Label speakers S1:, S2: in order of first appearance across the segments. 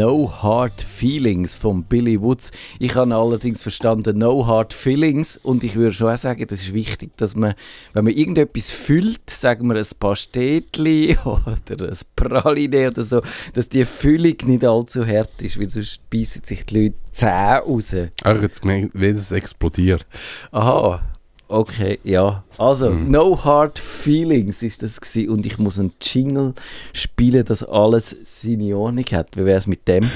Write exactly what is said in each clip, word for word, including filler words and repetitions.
S1: No Hard Feelings von Billy Woods. Ich habe allerdings verstanden No Hard Feelings und ich würde schon auch sagen, das ist wichtig, dass man, wenn man irgendetwas füllt, sagen wir ein Pastetli oder ein Praline oder so, dass die Füllung nicht allzu hart ist, weil sonst beißen sich die Leute die Zähne raus.
S2: Ach, jetzt gemerkt, wie es explodiert.
S1: Aha. Okay, ja. Also, mm. No Hard Feelings ist das gewesen. Und ich muss einen Jingle spielen, dass alles seine Ordnung hat. Wie wäre es mit dem?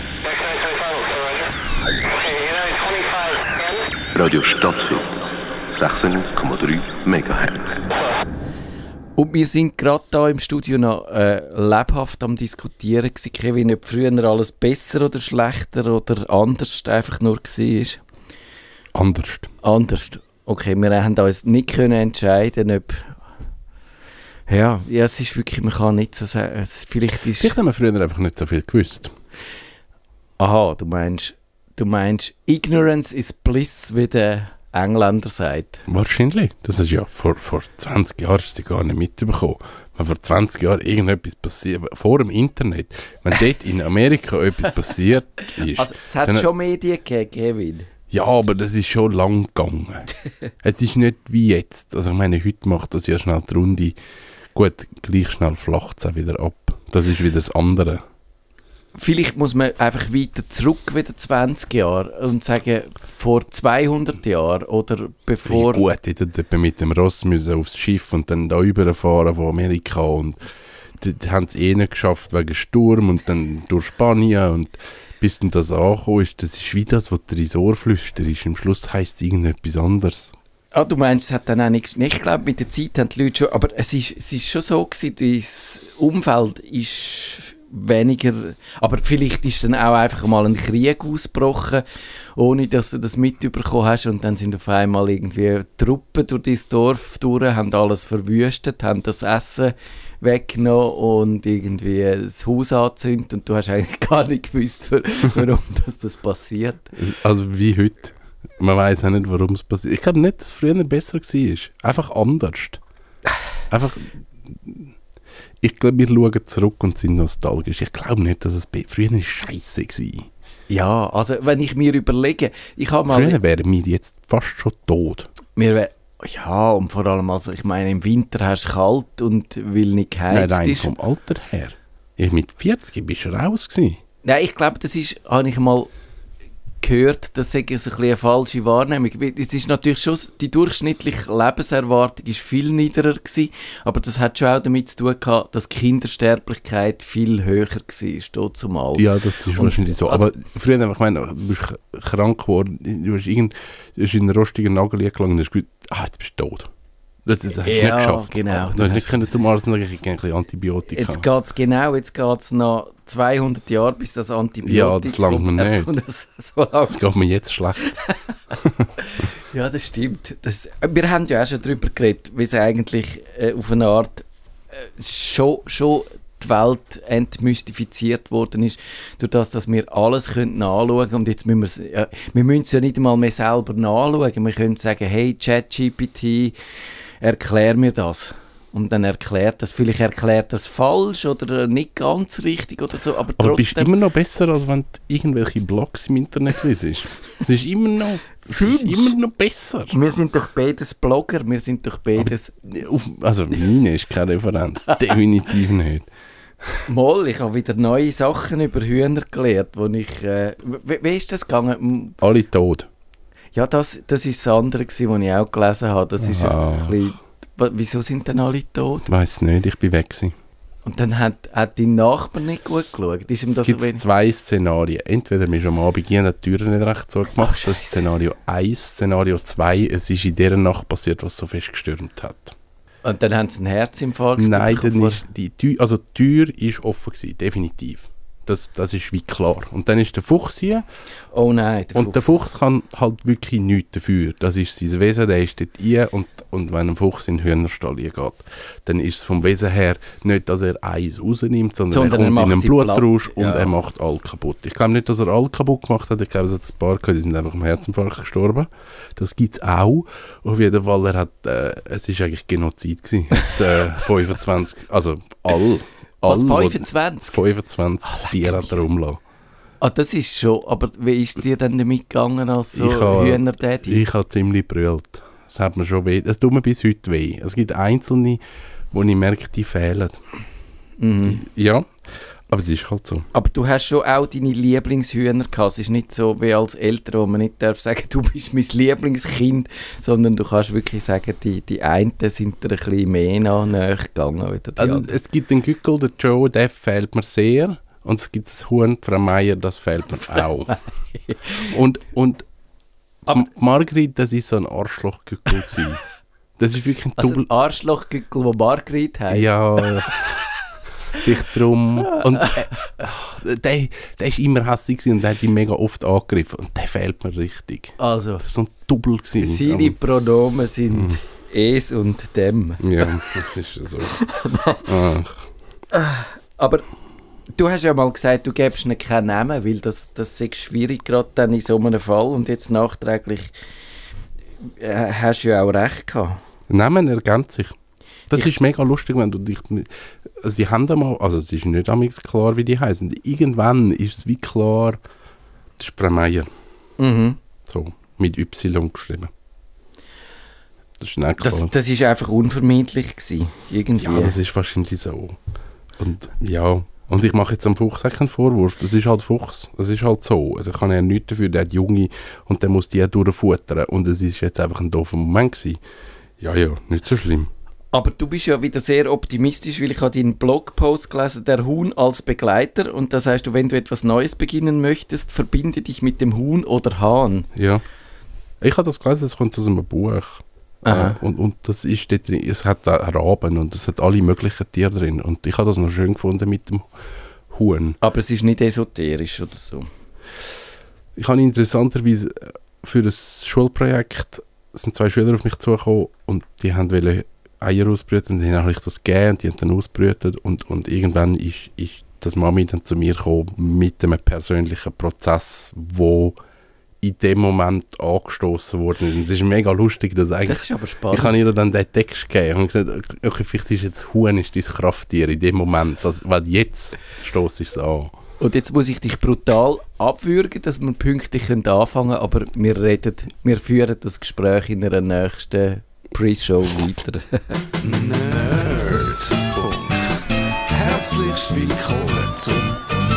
S3: Radio Stadtflug, sechsundneunzig Komma drei Megahertz.
S1: Und wir sind gerade da im Studio noch äh, lebhaft am Diskutieren gewesen, Kevin, ob früher alles besser oder schlechter oder anders einfach nur war.
S2: Anders.
S1: Anders. Okay, wir haben uns nicht können entscheiden, ob... Ja, ja, es ist wirklich, man kann nicht so sagen, es, vielleicht ist...
S2: Vielleicht haben wir früher einfach nicht so viel gewusst.
S1: Aha, du meinst, du meinst, Ignorance is bliss, wie der Engländer sagt.
S2: Wahrscheinlich. Das ist ja vor, vor zwanzig Jahren hast du gar nicht mitbekommen. Wenn vor zwanzig Jahren irgendetwas passiert, vor dem Internet, wenn dort in Amerika etwas passiert ist...
S1: Also, es hat schon Medien gegeben, Kevin.
S2: Ja, aber das ist schon lang gegangen. Es ist nicht wie jetzt. Also ich meine, heute macht das ja schnell die Runde. Gut, gleich schnell flacht es auch wieder ab. Das ist wieder das andere.
S1: Vielleicht muss man einfach weiter zurück, wieder zwanzig Jahre, und sagen, vor zweihundert Jahren oder bevor...
S2: Ja, gut, ich hätte mit dem Ross müssen aufs Schiff und dann da rüberfahren von Amerika und die, die haben es eh nicht geschafft wegen Sturm und dann durch Spanien und... Bis dann das angekommen ist, das ist wie das, was dir ins Ohr flüstert. Am Schluss heisst es irgendetwas anderes.
S1: Ah, du meinst, es hat dann auch nichts... Ich glaube, mit der Zeit haben die Leute schon... Aber es ist, es ist schon so gewesen, das Umfeld ist weniger... Aber vielleicht ist dann auch einfach mal ein Krieg ausgebrochen, ohne dass du das mitbekommen hast. Und dann sind auf einmal irgendwie Truppen durch dieses Dorf durch, haben alles verwüstet, haben das Essen weggenommen und irgendwie das Haus angezündet und du hast eigentlich gar nicht gewusst, warum das, das passiert.
S2: Also wie heute. Man weiß auch nicht, warum es passiert. Ich glaube nicht, dass es früher besser war. Einfach anders. Einfach... Ich glaube, wir schauen zurück und sind nostalgisch. Ich glaube nicht, dass es früher scheiße war.
S1: Ja, also wenn ich mir überlege... Ich habe mal
S2: früher wären wir jetzt fast schon tot.
S1: Wir wär, ja, und vor allem, also ich meine, im Winter hast du kalt und weil nicht geheizt
S2: Nein, rein
S1: ist.
S2: vom Alter her. Ich mit vierzig bist du raus gewesen.
S1: Ja, ich glaube, das ist, habe ich mal gehört, das ist ein bisschen eine falsche Wahrnehmung. Es ist natürlich schon, die durchschnittliche Lebenserwartung ist viel niedriger gewesen, aber das hat schon auch damit zu tun gehabt, dass die Kindersterblichkeit viel höher war, dort zumal.
S2: Ja, das ist und, wahrscheinlich so. Aber also, früher, ich meine, du bist krank geworden, du hast, irgend, du hast in einen rostigen Nagel gelangt und hast gesagt, ah, jetzt bist du tot. Das, das hast du
S1: ja,
S2: nicht geschafft.
S1: Genau.
S2: Du hast nicht können zum Arzt sagen, ich gehe ein bisschen Antibiotika.
S1: Jetzt geht es genau, jetzt geht es noch zweihundert Jahre, bis das Antibiotika...
S2: Ja, das langt mir nicht.
S1: Das, so das
S2: geht mir jetzt schlecht.
S1: Ja, das stimmt. Das, wir haben ja auch schon darüber geredet, wie es eigentlich äh, auf eine Art äh, schon, schon die Welt entmystifiziert worden ist, durch das, dass wir alles können nachschauen können. Und jetzt müssen wir ja, wir müssen es ja nicht einmal mehr selber nachschauen. Wir können sagen, hey, ChatGPT, erklär mir das. Und dann erklärt das, vielleicht erklärt das falsch oder nicht ganz richtig oder so, aber,
S2: aber
S1: trotzdem...
S2: bist du immer noch besser, als wenn du irgendwelche Blogs im Internet liest? Es ist immer noch, es ist immer noch besser.
S1: Wir sind doch beides Blogger, wir sind doch beides...
S2: Auf, also meine ist keine Referenz, definitiv nicht.
S1: Mal, ich habe wieder neue Sachen über Hühner gelernt, wo ich... Äh, wie, wie ist das gegangen?
S2: Alle tot.
S1: Ja, das, das ist das andere, was ich auch gelesen habe. Das ist
S2: ah.
S1: ein bisschen... Wieso sind denn alle tot?
S2: Ich weiss nicht, ich bin weg gewesen.
S1: Und dann hat, hat dein Nachbar nicht gut geschaut? Ist ihm
S2: es
S1: das
S2: gibt
S1: so
S2: zwei Szenarien. Entweder wir am Abend gehen, die Türen nicht recht so gemacht. Oh, das ist Szenario eins. Szenario zwei, es ist in dieser Nacht passiert, was so fest gestürmt hat.
S1: Und dann haben sie einen Herzinfarkt?
S2: Nein, dann ist die Tür, also die Tür ist offen gewesen, definitiv. Das, das ist wie klar. Und dann ist der Fuchs hier.
S1: Oh nein,
S2: der Und Fuchs. der Fuchs kann halt wirklich nichts dafür. Das ist sein Wesen, der ist dort hier. Und, und wenn ein Fuchs in den Hühnerstall geht, dann ist es vom Wesen her nicht, dass er Eis rausnimmt, sondern, sondern er kommt er in einen Blutrausch und ja. er macht all kaputt. Ich glaube nicht, dass er all kaputt gemacht hat. Ich glaube, es hat ein paar gehört, die sind einfach am Herzinfarkt gestorben. Das gibt es auch. Auf jeden Fall, er hat, äh, es war eigentlich Genozid gewesen. Hat, äh, fünfundzwanzig, also all.
S1: Was, fünfundzwanzig?
S2: fünfundzwanzig Tiere hat er rumgelassen.
S1: Ah, das ist schon, aber wie ist dir denn damit gegangen als so Hühner-Daddy?
S2: Ich habe ziemlich brüllt. Das hat mir schon weh. Das tut mir bis heute weh. Es gibt Einzelne, wo ich merke, die fehlen.
S1: Mhm.
S2: Ja, aber es ist halt so.
S1: Aber du hast schon auch deine Lieblingshühner gehabt. Es ist nicht so wie als Eltern, wo man nicht darf sagen, du bist mein Lieblingskind, sondern du kannst wirklich sagen, die, die einen sind dir ein bisschen mehr nahe gegangen. Wieder die
S2: also
S1: anderen.
S2: Es gibt den Gückel, den Joe, der fehlt mir sehr. Und es gibt das Huhn, Frau Meier, das fehlt mir auch. und und
S1: Aber
S2: Margrit, das war so ein Arschlochgückel. Das ist wirklich ein
S1: also
S2: Double...
S1: ein Arschlochgückel, der Margrit heisst?
S2: Ja, dich drum. Und äh, der, der ist immer hässlich und der hat ihn mega oft angegriffen. Und der fehlt mir richtig.
S1: Also,
S2: das war so ein Double.
S1: Seine Pronomen sind mm. es und dem.
S2: Ja, das ist so. Ach.
S1: Aber du hast ja mal gesagt, du gibst ihnen keinen Namen, weil das, das ist schwierig gerade dann in so einem Fall. Und jetzt nachträglich äh, hast du ja auch recht gehabt.
S2: Namen ergänzt sich. Das
S1: ich
S2: ist mega lustig, wenn du dich... Also sie haben einmal... Also es ist nicht einmal klar, wie die heißen. Irgendwann ist es wie klar, das ist Frau Meier.
S1: Mhm.
S2: So, mit Y geschrieben. Das ist nicht klar.
S1: Das, das ist einfach unvermeidlich gewesen, irgendwie.
S2: Ja, das ist wahrscheinlich so. Und ja... Und ich mache jetzt am Fuchs auch keinen Vorwurf. Das ist halt Fuchs. Das ist halt so. Da kann er nichts dafür. Der hat Junge und der muss die auch durchfuttern. Und es ist jetzt einfach ein doofer Moment gewesen. Ja, ja, nicht so schlimm.
S1: Aber du bist ja wieder sehr optimistisch, weil ich habe deinen Blogpost gelesen, der Huhn als Begleiter. Und das heißt, wenn du etwas Neues beginnen möchtest, verbinde dich mit dem Huhn oder Hahn.
S2: Ja. Ich habe das gelesen, das kommt aus einem Buch. Äh, und, und das ist dort drin, es hat Raben und es hat alle möglichen Tiere drin. Und ich habe das noch schön gefunden mit dem Huhn.
S1: Aber es ist nicht esoterisch oder so?
S2: Ich habe interessanterweise für ein Schulprojekt sind zwei Schüler auf mich zugekommen und die haben wollen Eier ausbrüten. Und dann habe ich das gegeben und die haben dann ausbrütet. Und, und irgendwann ist, ist das Mami dann zu mir gekommen mit einem persönlichen Prozess, wo in dem Moment angestoßen worden. Es ist mega lustig, dass eigentlich...
S1: Das ist aber spannend.
S2: Ich habe ihr dann den Text gegeben und gesagt, okay, vielleicht ist jetzt Huhn ist dein Krafttier in dem Moment, das, weil jetzt stoßt es an.
S1: Und jetzt muss ich dich brutal abwürgen, dass wir pünktlich anfangen können, aber wir, reden, wir führen das Gespräch in einer nächsten Pre-Show weiter.
S4: Nerdfunk. Herzlich willkommen zum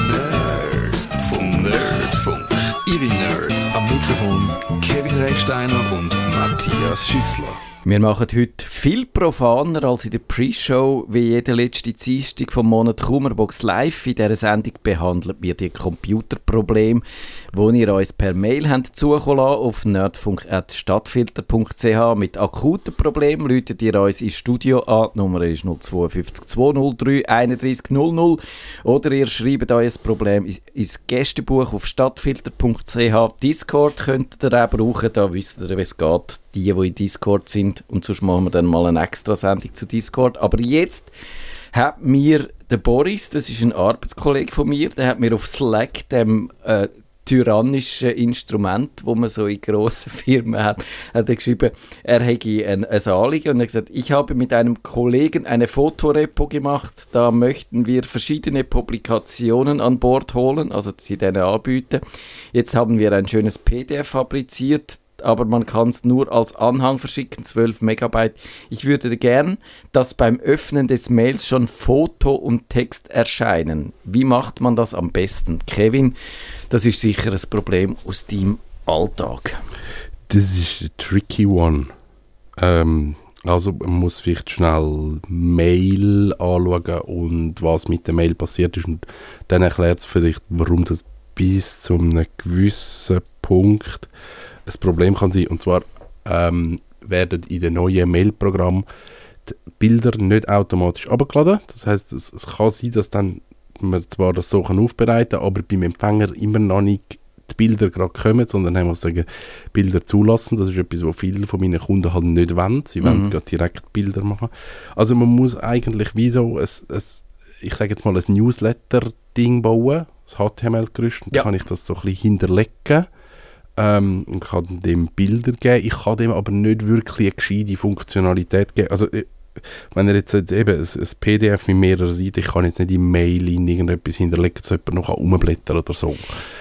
S4: Nerdfunk. Nerdfunk. Ihre Nerds am Mikrofon Kevin Rechsteiner und Matthias Schüssler.
S1: Wir machen heute viel profaner als in der Pre-Show, wie jede letzte Dienstag vom Monat Kummerbox Live. In dieser Sendung behandelt wir die Computerprobleme, die ihr uns per Mail habt zukommen lassen auf nerdfunk at stadtfilter punkt c h. Mit akuten Problemen läutet ihr uns ins Studio an. Die Nummer ist null zwei fünf zwei null drei einunddreißig null null. Oder ihr schreibt euer Problem ins Gästebuch auf stadtfilter punkt c h. Discord könnt ihr auch brauchen, da wisst ihr, wie es geht. Die, die in Discord sind. Und sonst machen wir dann mal eine extra Sendung zu Discord. Aber jetzt hat mir der Boris, das ist ein Arbeitskollege von mir, der hat mir auf Slack, dem äh, tyrannischen Instrument, das man so in grossen Firmen hat, hat er geschrieben, er hätte ein, ein Anliegen. Und er hat gesagt, ich habe mit einem Kollegen eine Fotorepo gemacht, da möchten wir verschiedene Publikationen an Bord holen, also sie denen anbieten. Jetzt haben wir ein schönes P D F fabriziert, aber man kann es nur als Anhang verschicken, zwölf Megabyte. Ich würde gern, dass beim Öffnen des Mails schon Foto und Text erscheinen. Wie macht man das am besten? Kevin, das ist sicher ein Problem aus deinem Alltag.
S2: Das ist ein tricky one. Ähm, also man muss vielleicht schnell Mail anschauen und was mit der Mail passiert ist und dann erklärt es vielleicht, warum das bis zu einem gewissen Punkt ein Problem kann sein. Und zwar ähm, werden in den neuen Mail-Programmen die Bilder nicht automatisch abgeladen. Das heisst, es, es kann sein, dass dann man zwar das so aufbereiten kann, aber beim Empfänger immer noch nicht die Bilder gerade kommen, sondern man muss sagen, Bilder zulassen. Das ist etwas, was viele von meinen Kunden halt nicht wollen. Sie mhm. wollen gerade direkt Bilder machen. Also man muss eigentlich wie so ein, ein, ich sage jetzt mal, ein Newsletter-Ding bauen, das H T M L-Gerüst, und ja. Dann kann ich das so ein bisschen hinterlegen. Ähm, ich kann dem Bilder geben, ich kann dem aber nicht wirklich eine gescheite Funktionalität geben. Also wenn ihr jetzt eben ein, ein P D F mit mehrerer Seiten, ich kann jetzt nicht im Mail in irgendetwas hinterlegen, dass jemand noch umblättern oder so.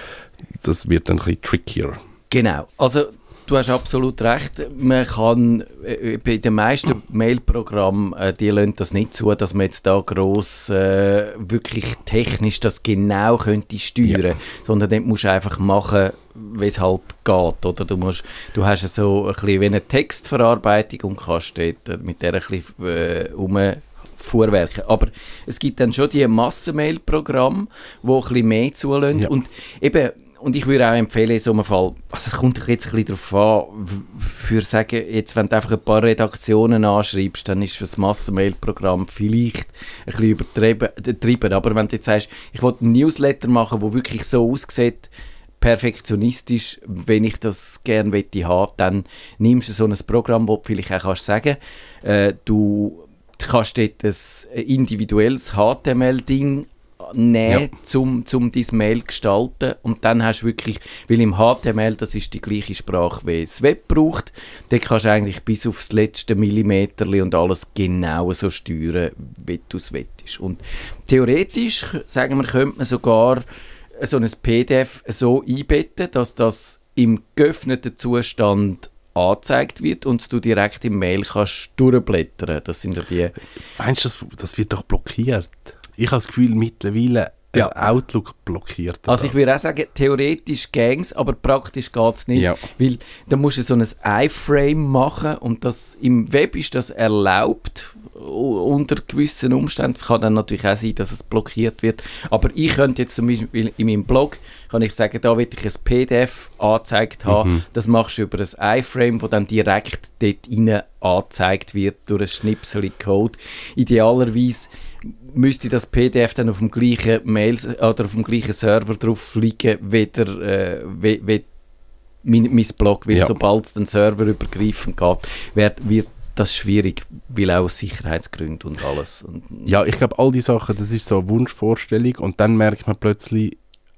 S2: Das wird dann ein bisschen trickier.
S1: Genau, also du hast absolut recht. Man kann äh, bei den meisten Mailprogrammen, äh, die lassen das nicht zu, dass man jetzt da gross äh, wirklich technisch das genau könnte steuern, ja. Sondern dort musst du einfach machen, wie es halt geht. Oder du, musst, du hast so ein bisschen wie eine Textverarbeitung und kannst dort mit der ein bisschen äh, um vorwerken. Aber es gibt dann schon die Massenmail-Programme, die ein bisschen mehr zulassen. Ja. Und eben, und ich würde auch empfehlen, in so einem Fall, also es kommt jetzt ein bisschen darauf an, für sagen, jetzt, wenn du einfach ein paar Redaktionen anschreibst, dann ist für das Massenmail-Programm vielleicht ein bisschen übertrieben. Aber wenn du jetzt sagst, ich will einen Newsletter machen, der wirklich so aussieht, perfektionistisch, wenn ich das gerne möchte haben, dann nimmst du so ein Programm, wo du vielleicht auch kannst sagen, äh, du kannst dort ein individuelles H T M L-Ding nehmen, ja. zum, zum dein Mail gestalten, und dann hast du wirklich, weil im H T M L, das ist die gleiche Sprache, wie das Web braucht, dann kannst du eigentlich bis aufs letzte Millimeterli und alles genau so steuern, wie du es willst. Und theoretisch, sagen wir, könnte man sogar so ein P D F so einbetten, dass das im geöffneten Zustand angezeigt wird und du direkt im Mail kannst durchblättern. Das sind ja die...
S2: Meinst du, das, das wird doch blockiert? Ich habe das Gefühl, mittlerweile ja. Outlook blockiert das.
S1: Also ich würde auch sagen, theoretisch gäng's, aber praktisch geht es nicht. Ja. Weil da musst du so ein iFrame machen und das, im Web ist das erlaubt unter gewissen Umständen. Es kann dann natürlich auch sein, dass es blockiert wird. Aber ich könnte jetzt zum Beispiel in meinem Blog, kann ich sagen, da will ich ein P D F angezeigt haben. Mhm. Das machst du über ein iFrame, das dann direkt dort rein angezeigt wird durch ein Schnipsel Code. Idealerweise müsste das P D F dann auf dem gleichen Mails oder auf dem gleichen Server drauf liegen, wie, der, äh, wie, wie mein, mein Blog, weil ja. sobald es den Server übergreifend geht, wird, wird das schwierig, weil auch aus Sicherheitsgründen und alles. Und
S2: ja, ich glaube, all die Sachen, das ist so eine Wunschvorstellung, und dann merkt man plötzlich,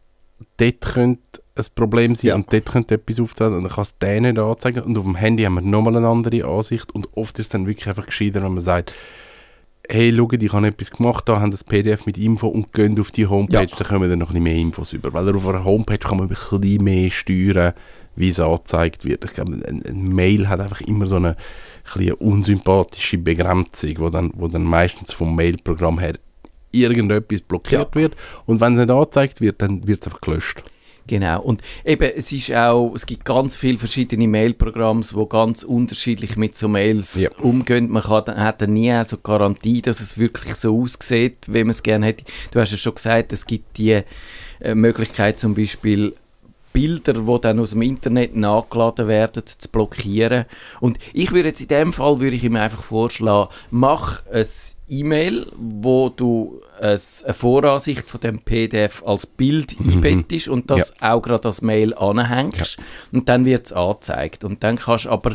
S2: dort könnte ein Problem sein, ja. und dort könnte etwas auftauchen und dann kann es den nicht anzeigen, und auf dem Handy haben wir nochmal eine andere Ansicht, und oft ist es dann wirklich einfach gescheiter, wenn man sagt, hey, schau, ich habe etwas gemacht, da haben das P D F mit Info und gehen auf die Homepage, ja. da kommen dann noch ein bisschen mehr Infos über. Weil auf einer Homepage kann man ein bisschen mehr steuern, wie es angezeigt wird. Ich glaube, ein, ein Mail hat einfach immer so eine, eine unsympathische Begrenzung, wo dann, wo dann meistens vom Mailprogramm her irgendetwas blockiert ja. wird. Und wenn es nicht angezeigt wird, dann wird es einfach gelöscht.
S1: Genau, und eben, es ist auch, es gibt ganz viele verschiedene Mailprogramme, die ganz unterschiedlich mit so Mails ja. umgehen. Man kann, hat dann nie so Garantie, dass es wirklich so aussieht, wie man es gerne hätte. Du hast ja schon gesagt, es gibt die äh, Möglichkeit, zum Beispiel Bilder, die dann aus dem Internet nachgeladen werden, zu blockieren. Und ich würde jetzt in dem Fall würde ich ihm einfach vorschlagen, mach ein E-Mail, wo du eine Voransicht von dem P D F als Bild mhm. einbettest und das ja. auch gerade als Mail anhängst. Ja. Und dann wird es angezeigt. Und dann kannst du aber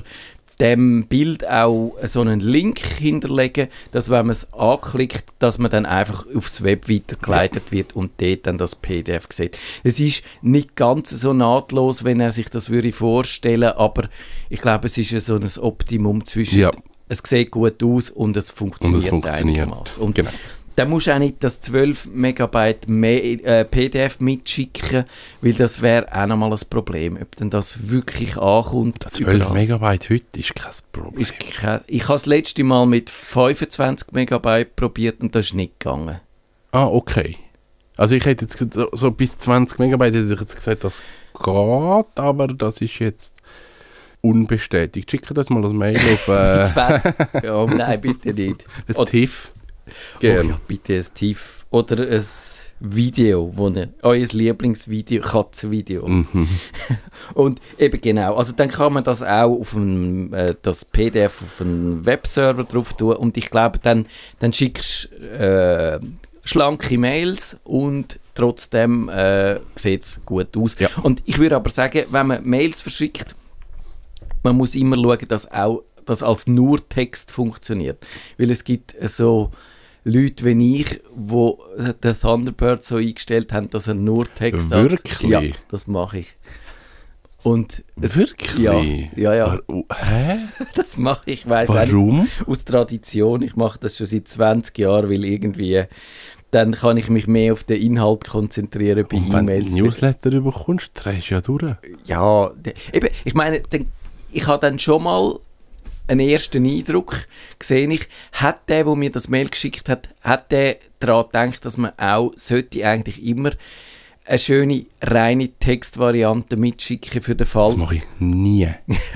S1: dem Bild auch so einen Link hinterlegen, dass, wenn man es anklickt, dass man dann einfach aufs Web weitergeleitet ja. wird und dort dann das P D F sieht. Es ist nicht ganz so nahtlos, wenn er sich das würde vorstellen, aber ich glaube, es ist so ein Optimum zwischen ja. es sieht gut aus und es funktioniert, und es funktioniert. Und genau. Dann musst du auch nicht das zwölf Megabyte mehr, äh, P D F mitschicken, weil das wäre auch nochmal ein Problem, ob denn das wirklich ankommt.
S2: zwölf Megabyte heute ist kein Problem.
S1: Ist kein, ich habe das letzte Mal mit fünfundzwanzig Megabyte probiert und das ist nicht gegangen.
S2: Ah, okay. Also ich hätte jetzt so bis zwanzig Megabyte hätte ich jetzt gesagt, das geht, aber das ist jetzt unbestätigt. Schicke das mal als Mail auf... Äh
S1: zwanzig? Ja, nein, bitte nicht.
S2: Ein T I F.
S1: Gerne. Oh ja, bitte ein T I F. Oder ein Video, wo ne, euer Lieblingsvideo, Katzenvideo. Mhm. Und eben genau, also dann kann man das auch auf ein, äh, das P D F auf einen Webserver drauf tun und ich glaube, dann, dann schickst du äh, schlanke Mails und trotzdem äh, sieht es gut aus. Ja. Und ich würde aber sagen, wenn man Mails verschickt, man muss immer schauen, dass auch das als nur Text funktioniert. Weil es gibt so Leute wie ich, die den Thunderbird so eingestellt haben, dass er nur Text hat.
S2: Wirklich?
S1: Ja, das mache ich. Und es,
S2: Wirklich?
S1: Ja, ja, ja.
S2: Hä?
S1: Das mache ich, ich weiss
S2: Warum?
S1: Nicht, aus Tradition. Ich mache das schon seit zwanzig Jahren, weil irgendwie dann kann ich mich mehr auf den Inhalt konzentrieren bei
S2: Und wenn
S1: E-Mails.
S2: du Newsletter bekommst, drehst du ja durch.
S1: Ja, de, eben, ich meine, dann, ich habe dann schon mal einen ersten Eindruck gesehen. Ich, hat der, der mir das Mail geschickt hat, hat der daran gedacht, dass man auch sollte eigentlich immer eine schöne, reine Textvariante mitschicken für den Fall.
S2: Das mache ich nie.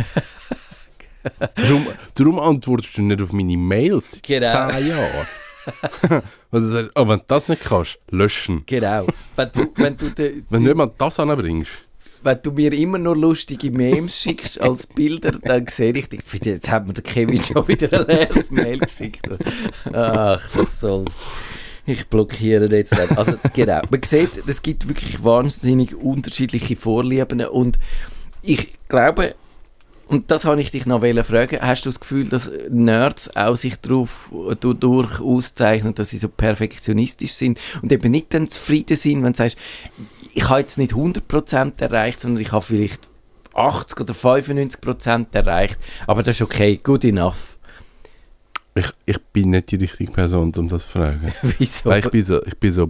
S2: darum, darum antwortest du nicht auf meine Mails.
S1: Genau.
S2: Zehn Jahre. Weil du sagst, oh, wenn du das nicht kannst, löschen.
S1: Genau. Wenn du, wenn du, de,
S2: wenn du jemand das anbringst.
S1: Wenn du mir immer nur lustige Memes schickst als Bilder, dann sehe ich dich. Jetzt hat mir der Kevin schon wieder ein leeres Mail geschickt. Ach, was soll's. Ich blockiere jetzt dann. Also genau, man sieht, es gibt wirklich wahnsinnig unterschiedliche Vorlieben und ich glaube, und das habe ich dich noch fragen, hast du das Gefühl, dass Nerds auch sich darauf dadurch auszeichnen, dass sie so perfektionistisch sind und eben nicht dann zufrieden sind, wenn du sagst, ich habe jetzt nicht hundert Prozent erreicht, sondern ich habe vielleicht achtzig oder fünfundneunzig Prozent erreicht, aber das ist okay, good enough.
S2: Ich, ich bin nicht die richtige Person, um das zu fragen.
S1: Wieso?
S2: Weil ich bin so, ich bin so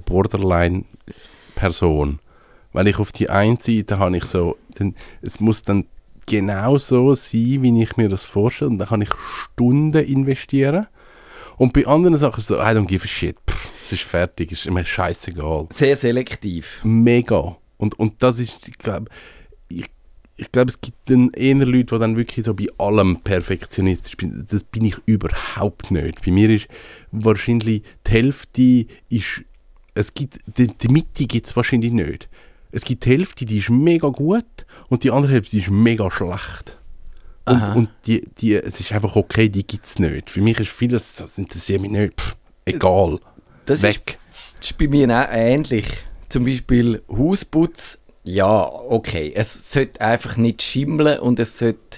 S2: Borderline-Person. Weil ich auf die einen Seite habe ich so, dann, es muss dann genau so sein, wie ich mir das vorstelle. Und dann kann ich Stunden investieren. Und bei anderen Sachen so, I don't give a shit. Pff, es ist fertig, es ist mir scheißegal.
S1: Sehr selektiv.
S2: Mega. Und, und das ist, ich glaube, ich, ich glaube, es gibt dann eher Leute, die dann wirklich so bei allem perfektionistisch sind. Das bin ich überhaupt nicht. Bei mir ist wahrscheinlich die Hälfte, ist, es gibt, die, die Mitte gibt es wahrscheinlich nicht. Es gibt die Hälfte, die ist mega gut und die andere Hälfte, die ist mega schlecht. Und, und die, die, es ist einfach okay, die gibt es nicht. Für mich ist vieles, das interessiert mich nicht. Pff, egal.
S1: Das
S2: Weg.
S1: Ist, das ist bei mir auch ähnlich. Zum Beispiel Hausputz. Ja, okay. Es sollte einfach nicht schimmeln und es sollte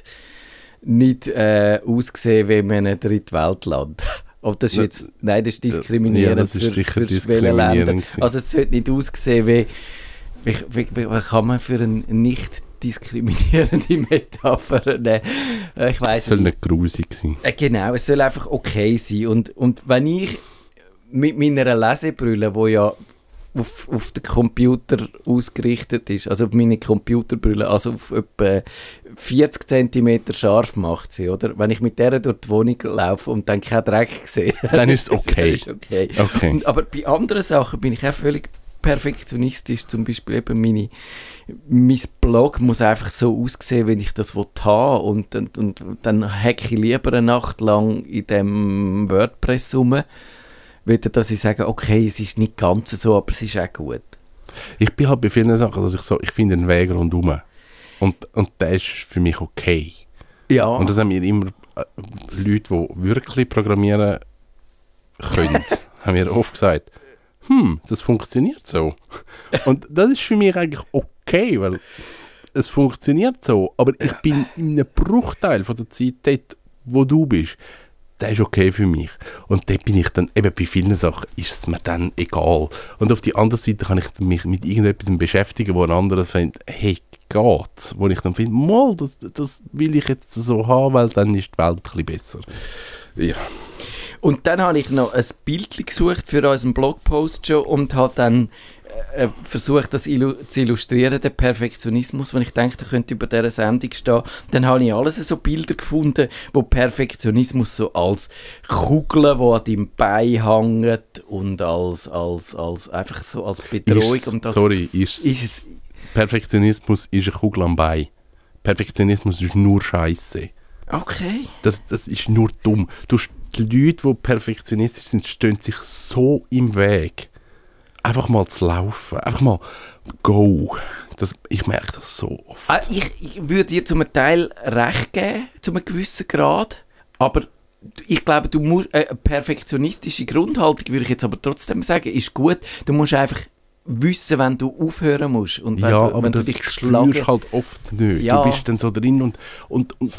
S1: nicht äh, aussehen wie in einem Drittweltland. Ob das ist jetzt, nein, das ist diskriminierend.
S2: Ja, das ist
S1: für,
S2: sicher
S1: für
S2: diskriminierend.
S1: Also es sollte nicht aussehen wie, wie, wie, wie, wie kann man für eine nicht diskriminierende Metapher nehmen? Ich weiss
S2: es soll
S1: nicht.
S2: nicht grusig sein.
S1: Äh, genau, es soll einfach okay sein. Und, und wenn ich mit meiner Lesebrille, die ja auf, auf den Computer ausgerichtet ist, also auf meine Computerbrille, also auf etwa vierzig Zentimeter scharf macht sie, oder? Wenn ich mit der durch die Wohnung laufe und dann keinen Dreck sehe,
S2: dann ist es okay.
S1: ist okay.
S2: okay.
S1: Und, aber bei anderen Sachen bin ich auch völlig perfektionistisch. Zum Beispiel eben meine, mein Blog muss einfach so aussehen, wenn ich das haben will. Und, und, und dann hacke ich lieber eine Nacht lang in dem WordPress rum, wieder, dass ich sage, okay, es ist nicht ganz so, aber es ist auch gut.
S2: Ich bin halt bei vielen Sachen, dass ich so, ich finde einen Weg rundherum. Und, und der ist für mich okay.
S1: Ja.
S2: Und das haben mir immer äh, Leute, die wirklich programmieren können, haben mir oft gesagt, hm, das funktioniert so. Und das ist für mich eigentlich okay, weil es funktioniert so, aber ich bin in einem Bruchteil von der Zeit dort, wo du bist. Das ist okay für mich. Und dort bin ich dann, eben bei vielen Sachen ist es mir dann egal. Und auf die andere Seite kann ich mich mit irgendetwas beschäftigen, wo ein anderer findet, hey, geht's? Wo ich dann finde, mal, das, das will ich jetzt so haben, weil dann ist die Welt ein bisschen besser. Ja.
S1: Und dann habe ich noch ein Bild gesucht für unseren Blogpost schon und habe dann äh, versucht, das illu- zu illustrieren, den Perfektionismus, wenn ich denke, der könnte über dieser Sendung stehen. Dann habe ich alles so Bilder gefunden, wo Perfektionismus so als Kugeln, die an deinem Bein hängen und als, als, als einfach so als Bedrohung.
S2: Ist's,
S1: und das,
S2: sorry, ist
S1: ist es.
S2: Perfektionismus ist eine Kugel am Bein. Perfektionismus ist nur Scheiße.
S1: Okay.
S2: Das, das ist nur dumm. Du, die Leute, die perfektionistisch sind, stehen sich so im Weg. Einfach mal zu laufen. Einfach mal go. Das, ich merke das so oft.
S1: Ah, ich, ich würde dir zum Teil recht geben, zu einem gewissen Grad. Aber ich glaube, du musst, äh, eine perfektionistische Grundhaltung, würde ich jetzt aber trotzdem sagen, ist gut. Du musst einfach wissen, wenn du aufhören musst. Und wenn
S2: ja,
S1: du,
S2: aber
S1: wenn
S2: das
S1: du dich
S2: spürst
S1: schlagen...
S2: halt oft nicht.
S1: Ja.
S2: Du bist dann so drin und, und, und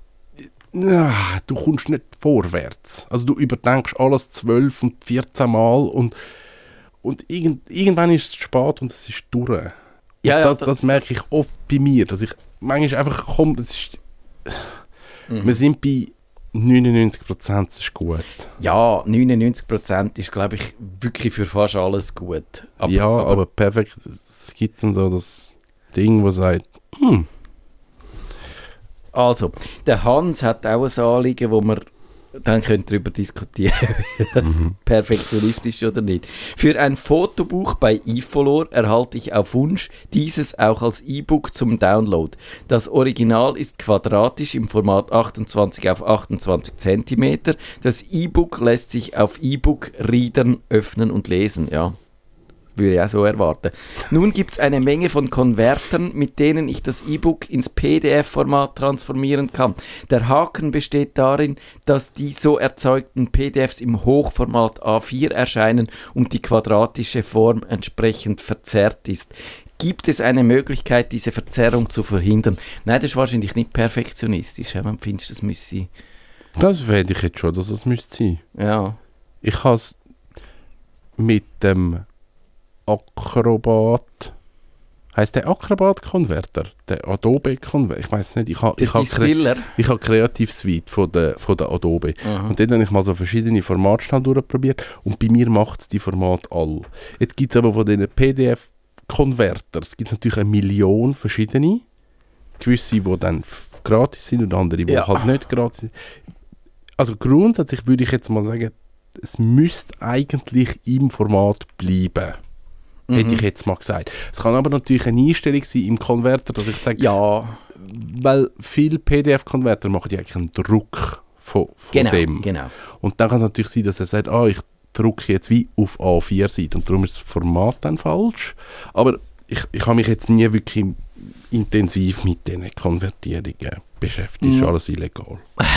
S2: ja, du kommst nicht vorwärts. Also du überdenkst alles zwölf und vierzehn Mal und, und irgend, irgendwann ist es spät und es ist durch.
S1: Ja, ja,
S2: das,
S1: das,
S2: das merke ich oft bei mir, dass ich manchmal einfach komme, es ist, mhm. wir sind bei neunundneunzig Prozent, das ist gut.
S1: Ja, neunundneunzig Prozent ist, glaube ich, wirklich für fast alles gut.
S2: Aber, ja, aber, aber perfekt, es gibt dann so das Ding, das sagt, hm.
S1: Also, der Hans hat auch ein Anliegen, wo man dann könnt ihr darüber diskutieren, ob das mhm. perfektionistisch ist oder nicht. Für ein Fotobuch bei iFolor erhalte ich auf Wunsch dieses auch als E-Book zum Download. Das Original ist quadratisch im Format achtundzwanzig auf achtundzwanzig Zentimeter. Das E-Book lässt sich auf E-Book-Readern öffnen und lesen, ja. Würde ich auch so erwarten. Nun gibt es eine Menge von Konvertern, mit denen ich das E-Book ins P D F-Format transformieren kann. Der Haken besteht darin, dass die so erzeugten P D Fs im Hochformat A vier erscheinen und die quadratische Form entsprechend verzerrt ist. Gibt es eine Möglichkeit, diese Verzerrung zu verhindern? Nein, das ist wahrscheinlich nicht perfektionistisch. Man findet, das müsse...
S2: Das fände ich jetzt schon, dass es müsste sein.
S1: Ja.
S2: Ich habe es mit dem Acrobat, heisst der Acrobat-Konverter? Der Adobe-Konverter? Ich weiß nicht. Ich habe ich ha Kre ich ha Creative Suite von der, von der Adobe. Aha. Und dann habe ich mal so verschiedene Formate schnell durchprobiert und bei mir macht es die Formate alle. Jetzt gibt es aber von diesen P D F-Konvertern, es gibt natürlich eine Million verschiedene. Gewisse, die dann gratis sind und andere, die ja. halt nicht gratis sind. Also grundsätzlich würde ich jetzt mal sagen, es müsste eigentlich im Format bleiben. Mhm. Hätte ich jetzt mal gesagt. Es kann aber natürlich eine Einstellung sein im Konverter, dass ich sage,
S1: ja.
S2: weil viele P D F-Konverter machen ja eigentlich einen Druck von, von
S1: genau,
S2: dem.
S1: Genau.
S2: Und dann kann es natürlich sein, dass er sagt, ah, ich drucke jetzt wie auf A vier Seite und darum ist das Format dann falsch. Aber ich, ich habe mich jetzt nie wirklich intensiv mit diesen Konvertierungen beschäftigt. Das ist alles illegal.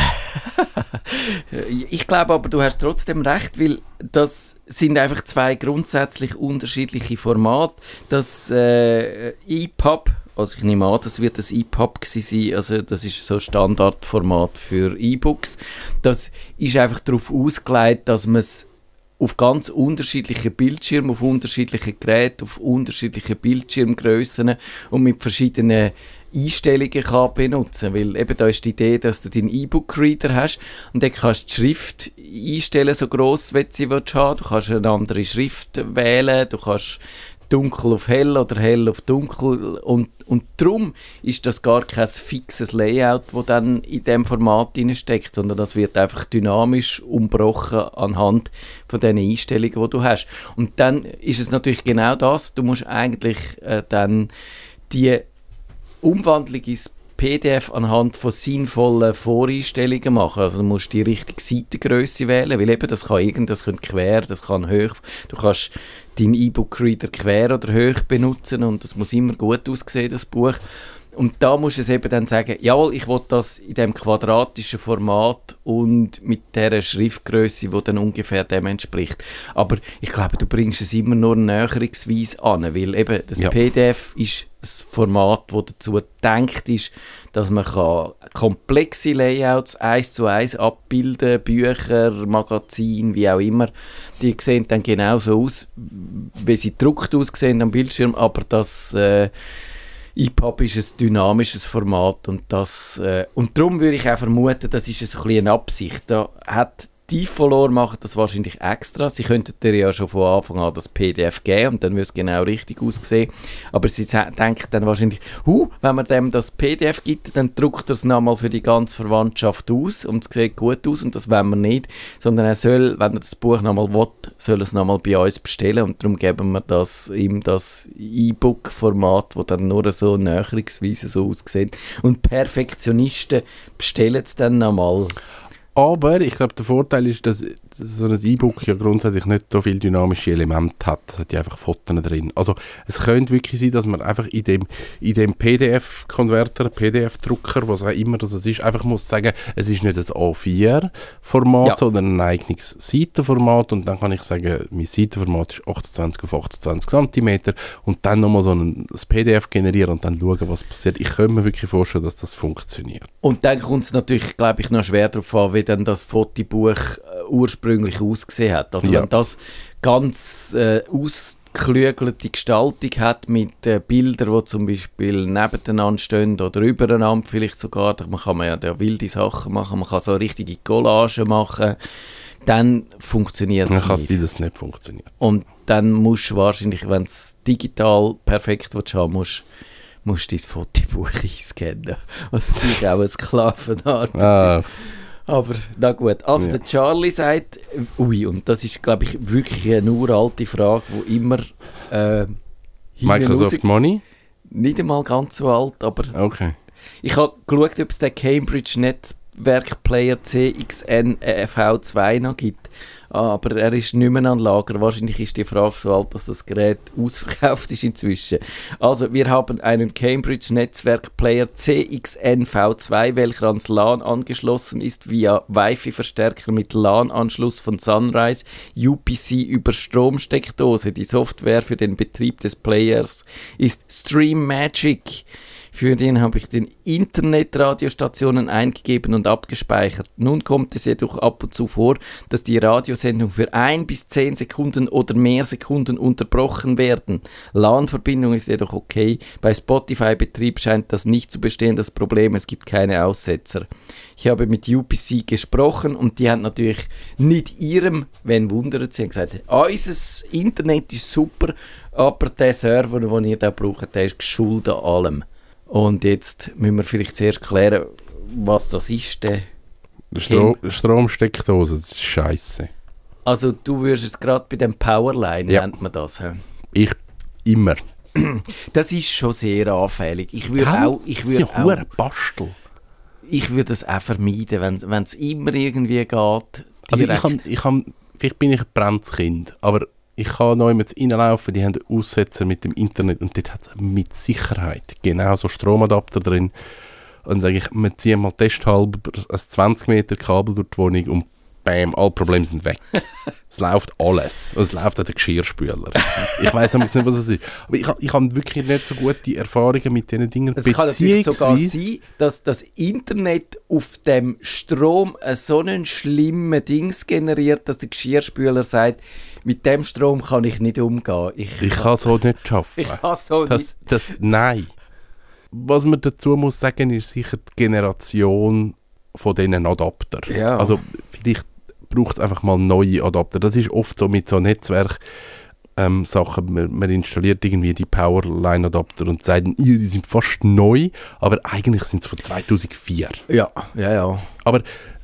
S1: Ich glaube aber, du hast trotzdem recht, weil das sind einfach zwei grundsätzlich unterschiedliche Formate. Das äh, E P U B, also ich nehme an, das wird das E P U B sein, also das ist so Standardformat für E-Books. Das ist einfach darauf ausgelegt, dass man es auf ganz unterschiedlichen Bildschirmen, auf unterschiedlichen Geräten, auf unterschiedlichen Bildschirmgrössen und mit verschiedenen Einstellungen kann benutzen, weil eben da ist die Idee, dass du deinen E-Book-Reader hast und dann kannst du die Schrift einstellen, so gross wie sie willst haben. Du kannst eine andere Schrift wählen, du kannst dunkel auf hell oder hell auf dunkel und, und darum ist das gar kein fixes Layout, das dann in diesem Format steckt, sondern das wird einfach dynamisch umbrochen anhand von den Einstellungen, die du hast. Und dann ist es natürlich genau das, du musst eigentlich äh, dann die Umwandlung ins P D F anhand von sinnvollen Voreinstellungen machen. Also du musst die richtige Seitengröße wählen, weil eben das kann irgend, das kann quer, das kann hoch. Du kannst deinen E-Book-Reader quer oder hoch benutzen und das muss immer gut aussehen, das Buch. Und da musst du es eben dann sagen, jawohl, ich will das in diesem quadratischen Format und mit dieser Schriftgröße, die dann ungefähr dem entspricht. Aber ich glaube, du bringst es immer nur näherungsweise an, weil eben das ja. P D F ist ein Format, das dazu gedacht ist, dass man kann komplexe Layouts eins zu eins abbilden, Bücher, Magazine, wie auch immer. Die sehen dann genauso aus, wie sie gedruckt aussehen am Bildschirm, aber das äh, E P U B ist ein dynamisches Format und, das, äh, und darum würde ich auch vermuten, das ist ein bisschen eine Absicht. Da hat die iFolor machen das wahrscheinlich extra. Sie könnten dir ja schon von Anfang an das P D F geben und dann würde es genau richtig aussehen. Aber sie denken dann wahrscheinlich, huh, wenn man dem das P D F gibt, dann druckt er es nochmal für die ganze Verwandtschaft aus und es sieht gut aus und das wollen wir nicht. Sondern er soll, wenn er das Buch nochmal will, soll er es nochmal bei uns bestellen und darum geben wir das, ihm das E-Book-Format, das dann nur so näherungsweise so aussieht. Und Perfektionisten bestellen es dann nochmal.
S2: Aber ich glaube, der Vorteil ist, dass so ein E-Book ja grundsätzlich nicht so viele dynamische Elemente hat. Es hat ja einfach Fotos drin. Also es könnte wirklich sein, dass man einfach in dem, in dem P D F-Konverter, P D F-Drucker, was auch immer das ist, einfach muss sagen, es ist nicht ein A vier Format, ja. sondern ein eigenes Seitenformat. Und dann kann ich sagen, mein Seitenformat ist achtundzwanzig auf achtundzwanzig Zentimeter und dann nochmal so ein das P D F generieren und dann schauen, was passiert. Ich könnte mir wirklich vorstellen, dass das funktioniert.
S1: Und dann kommt es natürlich, glaube ich, noch schwer darauf an, wie dann das Fotobuch äh, ursprünglich ausgesehen hat. Also ja. wenn das ganz äh, ausgeklügelte Gestaltung hat mit äh, Bildern, die zum Beispiel nebeneinander stehen oder übereinander vielleicht sogar. Man kann man ja da wilde Sachen machen, man kann so richtige Collagen machen. Dann funktioniert es nicht.
S2: Dann kann sein, dass es nicht funktioniert.
S1: Und dann musst du wahrscheinlich, wenn es digital perfekt willst, haben musst musst du dein Fotobuch einscannen. Was natürlich auch eine Sklavenart.
S2: Ah.
S1: Aber na gut. Also
S2: Ja.
S1: der Charlie sagt, ui, und das ist, glaube ich, wirklich eine uralte Frage, die immer äh,
S2: Microsoft
S1: raus-
S2: Money?
S1: nicht einmal ganz so alt, aber
S2: Okay.
S1: ich habe geschaut, ob es den Cambridge Netzwerk Player C X N V zwei noch gibt. Aber er ist nicht mehr an Lager. Wahrscheinlich ist die Frage so alt, dass das Gerät ausverkauft ist inzwischen. Also, wir haben einen Cambridge Netzwerk Player C X N V zwei, welcher ans LAN angeschlossen ist via Wi-Fi-Verstärker mit LAN-Anschluss von Sunrise U P C über Stromsteckdose. Die Software für den Betrieb des Players ist Stream Magic. Für den habe ich den Internetradiostationen eingegeben und abgespeichert. Nun kommt es jedoch ab und zu vor, dass die Radiosendung für ein bis zehn Sekunden oder mehr Sekunden unterbrochen werden. LAN-Verbindung ist jedoch okay. Bei Spotify-Betrieb scheint das nicht zu bestehen, das Problem, es gibt keine Aussetzer. Ich habe mit U P C gesprochen und die haben natürlich nicht ihrem, wenn wundert, sie haben gesagt, ah, unser Internet ist super, aber der Server, den ihr da braucht, der ist geschuldet an allem. Und jetzt müssen wir vielleicht zuerst klären, was das ist. Der
S2: Stro Stromsteckdose, das ist scheisse.
S1: Also du würdest es gerade bei dem Powerline,
S2: Ja.
S1: nennt man das. He?
S2: Ich immer.
S1: Das ist schon sehr anfällig. Ich würde
S2: Gell?
S1: auch, ich
S2: Das
S1: würde
S2: ist ja
S1: auch,
S2: ein Bastel.
S1: ich würde es auch vermeiden, wenn es immer irgendwie geht.
S2: Also ich
S1: direkt.
S2: kann, ich kann, vielleicht bin ich ein brennendes Kind, aber ich kann neu mit reinlaufen, die haben Aussetzer mit dem Internet und dort hat es mit Sicherheit genauso Stromadapter drin. Und dann sage ich, wir ziehen mal testhalber ein zwanzig Meter Kabel durch die Wohnung und bam, alle Probleme sind weg. Es läuft alles. Und es läuft auch der Geschirrspüler. Ich weiss nicht, was es ist. Aber ich, ich habe wirklich nicht so gute Erfahrungen mit diesen Dingen.
S1: Es kann natürlich sogar sein, dass das Internet auf dem Strom so einen schlimmen Dings generiert, dass der Geschirrspüler sagt, mit dem Strom kann ich nicht umgehen. Ich,
S2: Ich kann so nicht schaffen.
S1: ich kann so
S2: Das,
S1: nicht.
S2: das, nein. Was man dazu muss sagen, ist sicher die Generation von diesen Adaptern.
S1: Ja.
S2: Also vielleicht braucht es einfach mal neue Adapter. Das ist oft so mit so Netzwerk ähm, Sachen. Man, man installiert irgendwie die Powerline-Adapter und sagt, ja, die sind fast neu, aber eigentlich sind sie von zweitausendvier.
S1: Ja, ja, ja.
S2: Aber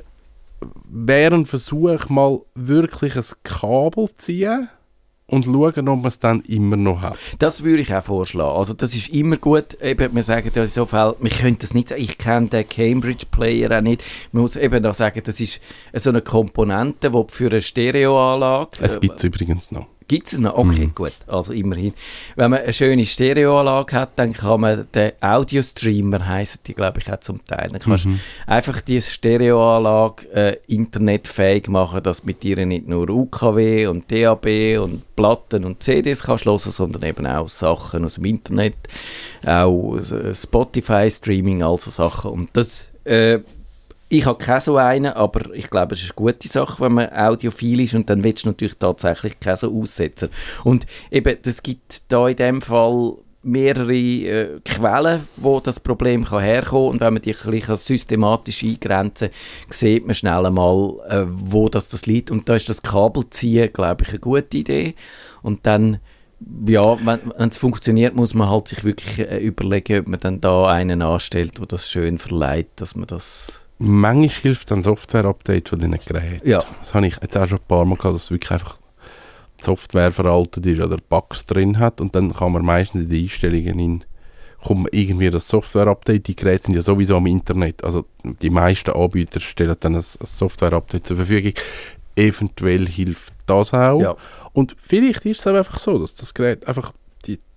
S2: wäre ein Versuch, mal wirklich ein Kabel zu ziehen und schauen, ob man es dann immer noch hat.
S1: Das würde ich auch vorschlagen. Also das ist immer gut. Eben, wir sagen ja in so Fällen, wir können das nicht sagen, ich kenne den Cambridge Player auch nicht. Man muss eben da sagen, das ist so eine Komponente, die für eine Stereoanlage...
S2: Es gibt es übrigens noch.
S1: Gibt es noch? Okay,
S2: Mhm.
S1: gut. Also immerhin. Wenn man eine schöne Stereoanlage hat, dann kann man den Audio-Streamer, heissen die, glaube ich, auch zum Teil. Dann kannst du
S2: Mhm.
S1: einfach diese Stereoanlage äh, internetfähig machen, dass mit dir nicht nur U K W und D A B und Platten und C Ds kannst hören, sondern eben auch Sachen aus dem Internet, auch äh, Spotify-Streaming, also Sachen. Und das... Äh, Ich habe keine so einen, aber ich glaube, es ist eine gute Sache, wenn man audiophil ist und dann willst du natürlich tatsächlich keine so Aussetzer. Und eben, es gibt da in dem Fall mehrere äh, Quellen, wo das Problem kann herkommen und wenn man die ein bisschen systematisch eingrenzen kann, sieht man schnell einmal, äh, wo das, das liegt. Und da ist das Kabelziehen, glaube ich, eine gute Idee. Und dann, ja, wenn es funktioniert, muss man halt sich wirklich äh, überlegen, ob man dann da einen anstellt, der das schön verleiht, dass man das...
S2: Manchmal hilft ein Software-Update von diesen Geräten.
S1: Ja.
S2: Das habe ich jetzt auch schon ein paar Mal gehabt, dass wirklich einfach die Software veraltet ist oder Bugs drin hat und dann kann man meistens in die Einstellungen in, kommt irgendwie das Software-Update, die Geräte sind ja sowieso am Internet, also die meisten Anbieter stellen dann ein, ein Software-Update zur Verfügung. Eventuell hilft das auch.
S1: Ja.
S2: Und vielleicht ist es auch einfach so, dass das Gerät einfach die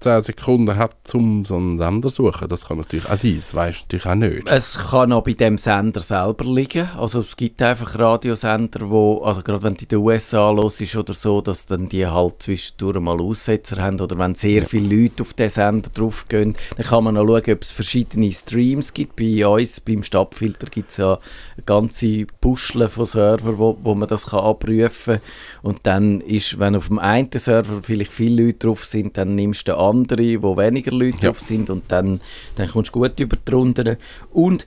S2: zehn Sekunden hat, um so einen Sender zu suchen. Das kann natürlich auch sein, das weisst du natürlich auch nicht.
S1: Es kann auch bei dem Sender selber liegen. Also es gibt einfach Radiosender, wo, also gerade wenn du in den U S A hörst oder so, dass dann die halt zwischendurch mal Aussetzer haben oder wenn sehr ja. viele Leute auf den Sender draufgehen, dann kann man auch schauen, ob es verschiedene Streams gibt. Bei uns, beim Stadtfilter, gibt es ja eine ganze Puschle von Servern, wo, wo man das kann abrufen kann. Und dann ist, wenn auf dem einen Server vielleicht viele Leute drauf sind, dann nimmst du den anderen, wo weniger Leute ja. drauf sind und dann, dann kommst du gut über die Runden. Und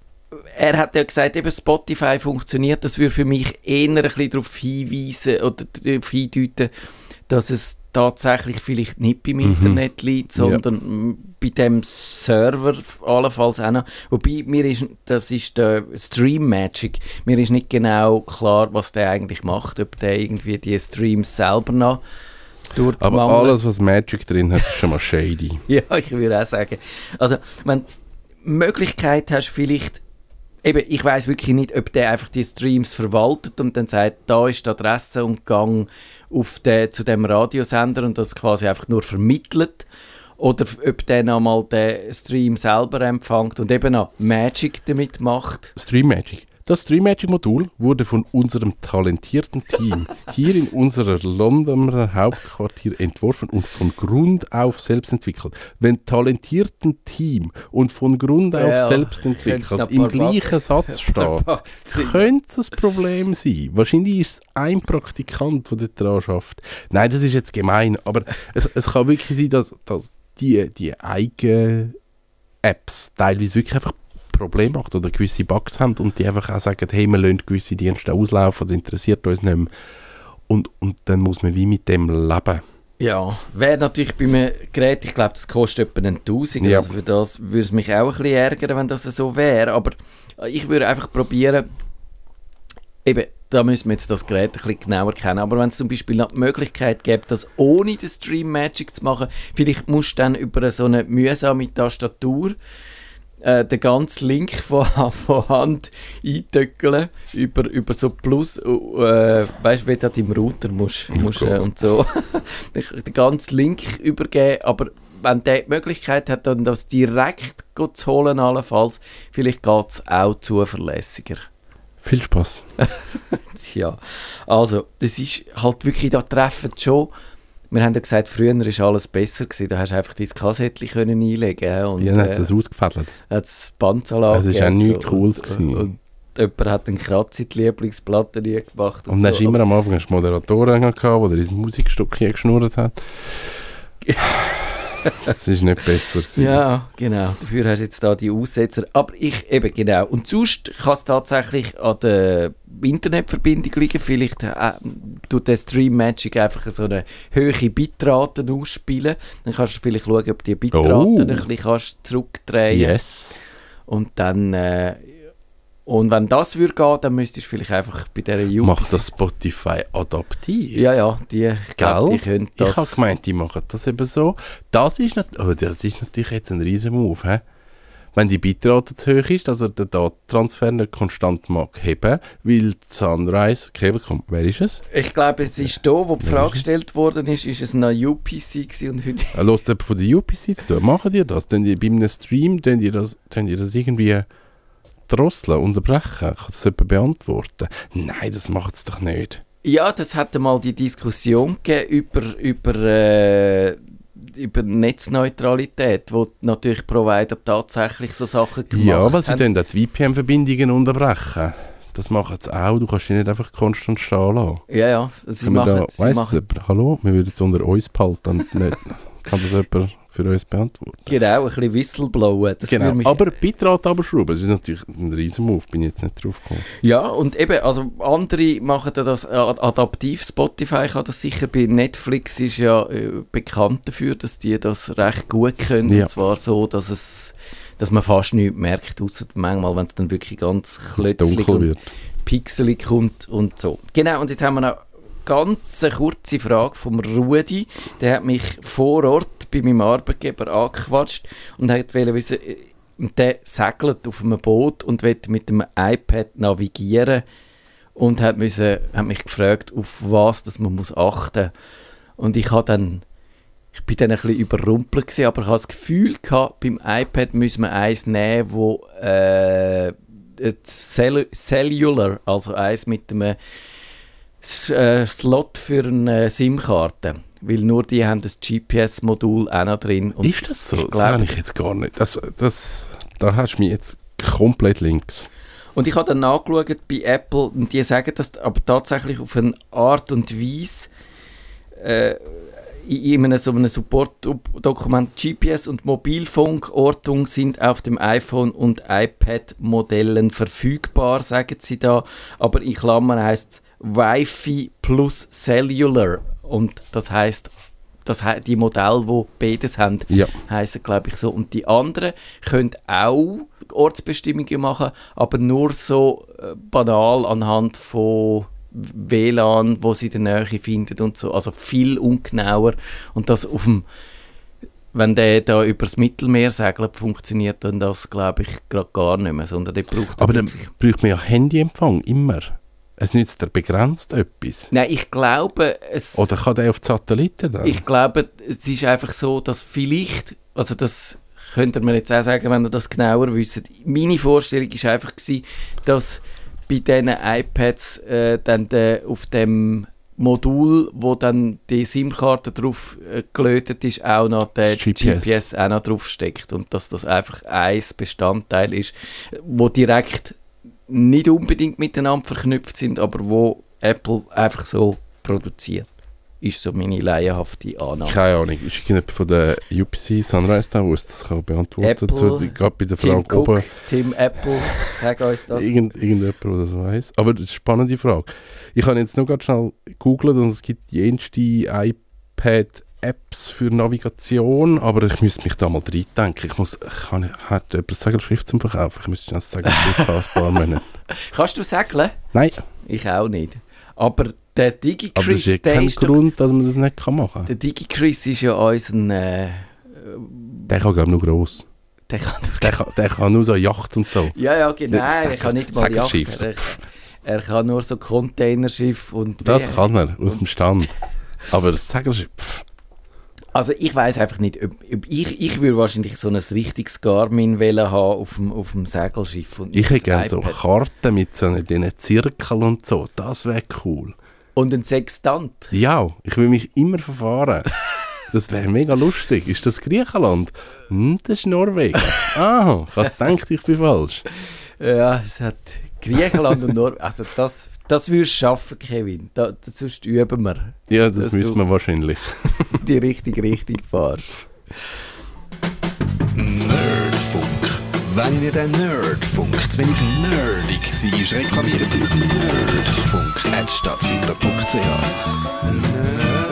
S1: er hat ja gesagt, eben Spotify funktioniert, das würde für mich eher ein bisschen darauf hinweisen oder darauf hindeuten, dass es tatsächlich vielleicht nicht beim mhm. Internet liegt, sondern ja. bei dem Server allenfalls auch noch. Wobei, mir ist, das ist der Stream Magic, mir ist nicht genau klar, was der eigentlich macht, ob der irgendwie die Streams selber noch
S2: aber alles, was Magic drin hat, ist schon mal shady.
S1: Ja, ich würde auch sagen. Also, wenn du die Möglichkeit hast, vielleicht, eben, ich weiss wirklich nicht, ob der einfach die Streams verwaltet und dann sagt, da ist die Adresse und Gang auf den, zu dem Radiosender und das quasi einfach nur vermittelt. Oder ob der nochmal den Stream selber empfängt und eben auch Magic damit macht.
S2: Stream Magic. Das Stream Magic Modul wurde von unserem talentierten Team hier in unserer Londoner Hauptquartier entworfen und von Grund auf selbst entwickelt. Wenn talentierten Team und von Grund auf ja, selbst entwickelt im gleichen Satz steht, könnte es ein Problem sein. Wahrscheinlich ist es ein Praktikant, der dort dran schafft. Nein, das ist jetzt gemein, aber es, es kann wirklich sein, dass, dass die, die eigenen Apps teilweise wirklich einfach Probleme macht oder gewisse Bugs haben und die einfach auch sagen, hey, wir lassen gewisse Dienste auslaufen, das interessiert uns nicht mehr. Und, und dann muss man wie mit dem leben.
S1: Ja, wäre natürlich bei einem Gerät, ich glaube, das kostet etwa einen Tausend, ja. Also für das würde es mich auch ein bisschen ärgern, wenn das so wäre, aber ich würde einfach probieren, eben, da müssen wir jetzt das Gerät ein bisschen genauer kennen, aber wenn es zum Beispiel noch die Möglichkeit gibt, das ohne den Stream Magic zu machen, vielleicht musst du dann über so eine mühsame Tastatur Äh, den ganzen Link von, von Hand eintöckeln über, über so Plus, äh, weißt du, wie du das im Router musst, musst äh, und so, den ganzen Link übergeben, aber wenn der die Möglichkeit hat, dann das direkt zu holen, allenfalls, vielleicht geht es auch zuverlässiger.
S2: Viel Spaß.
S1: Ja, also, das ist halt wirklich, da treffen schon. Wir haben ja gesagt, früher war alles besser gewesen. Da hast du einfach dein Kassettchen einlegen und
S2: ja, dann hat es äh, ausgefädelt.
S1: Hat es Bandzanlage.
S2: Es war auch nichts so, Cooles.
S1: Und, und, und jemand hat einen Kratz in die Lieblingsplatte gemacht.
S2: Und, und dann so. Hast du immer am Anfang Moderatoren gehabt, der dein Musikstück hier geschnurrt hat. Das war nicht besser gewesen.
S1: Ja, genau. Dafür hast du jetzt da die Aussetzer. Aber ich, eben genau. Und sonst kann es tatsächlich an der Internetverbindung liegen. Vielleicht äh, tut der Stream Magic einfach so eine hohe Bitrate ausspielen. Dann kannst du vielleicht schauen, ob die Bitrate
S2: oh.
S1: ein bisschen kannst zurückdrehen.
S2: Yes.
S1: Und dann... Äh, und wenn das würde gehen, dann müsstest du vielleicht einfach bei dieser U P C...
S2: Macht das Spotify adaptiv?
S1: Ja, ja, die, ich glaub, die können das...
S2: Ich habe gemeint, die machen das eben so. Das ist, nicht, oh, das ist natürlich jetzt ein riesen Move, he? Wenn die Bitrate zu hoch ist, dass er den Datentransfer nicht konstant mag heben, weil die Sunrise-Kabel kommt. Wer ist es?
S1: Ich glaube, es ist da, wo die Frage gestellt worden ist, ist es noch U P C gewesen und heute...
S2: Ja, hört jemand von der U P C zu tun? Machen die das? Tun die bei einem Stream, tun die das, tun die das irgendwie... drosseln, unterbrechen? Kann das jemand beantworten? Nein, das macht es doch nicht.
S1: Ja, das hat mal die Diskussion gegeben über, über, äh, über Netzneutralität, wo natürlich Provider tatsächlich so Sachen gemacht haben.
S2: Ja, weil sie dann die V P N-Verbindungen unterbrechen. Das machen sie auch. Du kannst sie nicht einfach konstant stehen lassen.
S1: Ja, ja. Sie machen,
S2: da,
S1: sie
S2: weiss
S1: machen
S2: jemand, hallo, wir würden es unter uns behalten. Und nicht, kann das jemand für uns beantworten?
S1: Genau, ein bisschen Whistleblowen. Das
S2: genau.
S1: mich
S2: Aber Bitrate abschrauben, das ist natürlich ein riesen Move, bin ich jetzt nicht drauf gekommen.
S1: Ja, und eben, also andere machen das adaptiv. Spotify kann das sicher. Bei Netflix ist ja äh, bekannt dafür, dass die das recht gut können. Ja. Und zwar so, dass es dass man fast nichts merkt, außer manchmal, wenn es dann wirklich ganz klötzlich und pixelig kommt und so. Genau, und jetzt haben wir noch ganz eine kurze Frage vom Rudi. Der hat mich vor Ort bei meinem Arbeitgeber angequatscht und wollte wissen, der segelt auf einem Boot und will mit dem iPad navigieren und hat, müssen, hat mich gefragt, auf was dass man muss achten muss. Und ich habe dann ich bin dann ein bisschen überrumpelt gewesen, aber ich hatte das Gefühl gehabt, beim iPad müssen wir eins nehmen, wo äh, Cell- Cellular, also eins mit einem äh, Slot für eine SIM-Karte. Weil nur die haben das G P S-Modul auch noch drin. Und
S2: ist das so?
S1: Ich glaub,
S2: das habe ich jetzt gar nicht. Das, das, da hast du mich jetzt komplett links.
S1: Und ich habe dann nachgeschaut bei Apple und die sagen das aber tatsächlich auf eine Art und Weise, äh, in einem, so einem Support-Dokument, G P S und Mobilfunkortung sind auf dem iPhone und iPad-Modellen verfügbar, sagen sie da. Aber in Klammern heisst es Wi-Fi plus Cellular. Und das heisst, das he- die Modelle, die beides haben,
S2: ja. heissen,
S1: glaube ich, so. Und die anderen können auch Ortsbestimmungen machen, aber nur so äh, banal anhand von W L A N, wo sie in der Nähe finden und so. Also viel ungenauer. Und das auf dem, wenn der da übers Mittelmeer segelt, funktioniert dann das, glaube ich, gerade gar nicht mehr. Sondern der braucht
S2: aber dann braucht man ja Handyempfang, immer. Es nützt der begrenzt etwas.
S1: Nein, ich glaube, es...
S2: Oder kann der auf die Satelliten dann?
S1: Ich glaube, es ist einfach so, dass vielleicht, also das könnt ihr mir jetzt auch sagen, wenn ihr das genauer wisst. Meine Vorstellung war einfach gewesen, dass bei diesen iPads äh, dann de, auf dem Modul, wo dann die SIM-Karte drauf äh, gelötet ist, auch noch der G P S. G P S auch noch drauf steckt und dass das einfach ein Bestandteil ist, wo direkt nicht unbedingt miteinander verknüpft sind, aber wo Apple einfach so produziert. Ist so meine laienhafte Annahme.
S2: Keine Ahnung. Ist irgendjemand von der U P C Sunrise Towers, das kann beantworten.
S1: Apple,
S2: so, gerade bei der
S1: Tim
S2: Frage
S1: Cook,
S2: oben.
S1: Tim Apple, sag uns das.
S2: Irgend, irgendjemand, der das weiss. Aber das ist eine spannende Frage. Ich habe jetzt noch ganz schnell gegoogelt und es gibt jenste iPad-Apps für Navigation, aber ich müsste mich da mal reindenken. Ich muss, kann, hat jemand Segelschrift zum Verkaufen? Ich müsste das Segelschrift haben, ein paar Monate.
S1: Kannst du segeln?
S2: Nein.
S1: Ich auch nicht. Aber der DigiChris,
S2: aber das ist ja kein Grund, dass man das nicht machen kann.
S1: Der DigiChris ist ja unser... Äh,
S2: der kann, glaube ich, nur gross.
S1: Der kann nur,
S2: der kann, der kann nur so Yacht und so.
S1: Ja, ja, genau. Er kann nicht mal Yacht.
S2: So.
S1: Er, er kann nur so Containerschiff und...
S2: Das kann er, aus dem Stand. Aber das Segelschiff... Pff.
S1: Also ich weiss einfach nicht, ob, ob ich, ich würde wahrscheinlich so ein richtiges Garmin haben auf dem, auf dem Segelschiff. Und
S2: ich hätte gerne so Karten mit so diesen Zirkeln und so, das wäre cool.
S1: Und ein Sextant?
S2: Ja, ich will mich immer verfahren. Das wäre mega lustig. Ist das Griechenland? Hm, das ist Norwegen. Ah, was denkt ich bin falsch?
S1: Ja, es hat Griechenland und Norwegen. Also das, das würdest du schaffen, Kevin. Da, das, sonst üben wir.
S2: Ja, das müssen wir wahrscheinlich.
S1: Die richtige Richtung fahrst.
S4: Nerdfunk. Wenn ihr den Nerdfunk zu wenig nerdig seid, reklamiert sie auf nerdfunk at stadtfinder punkt c h. Nerd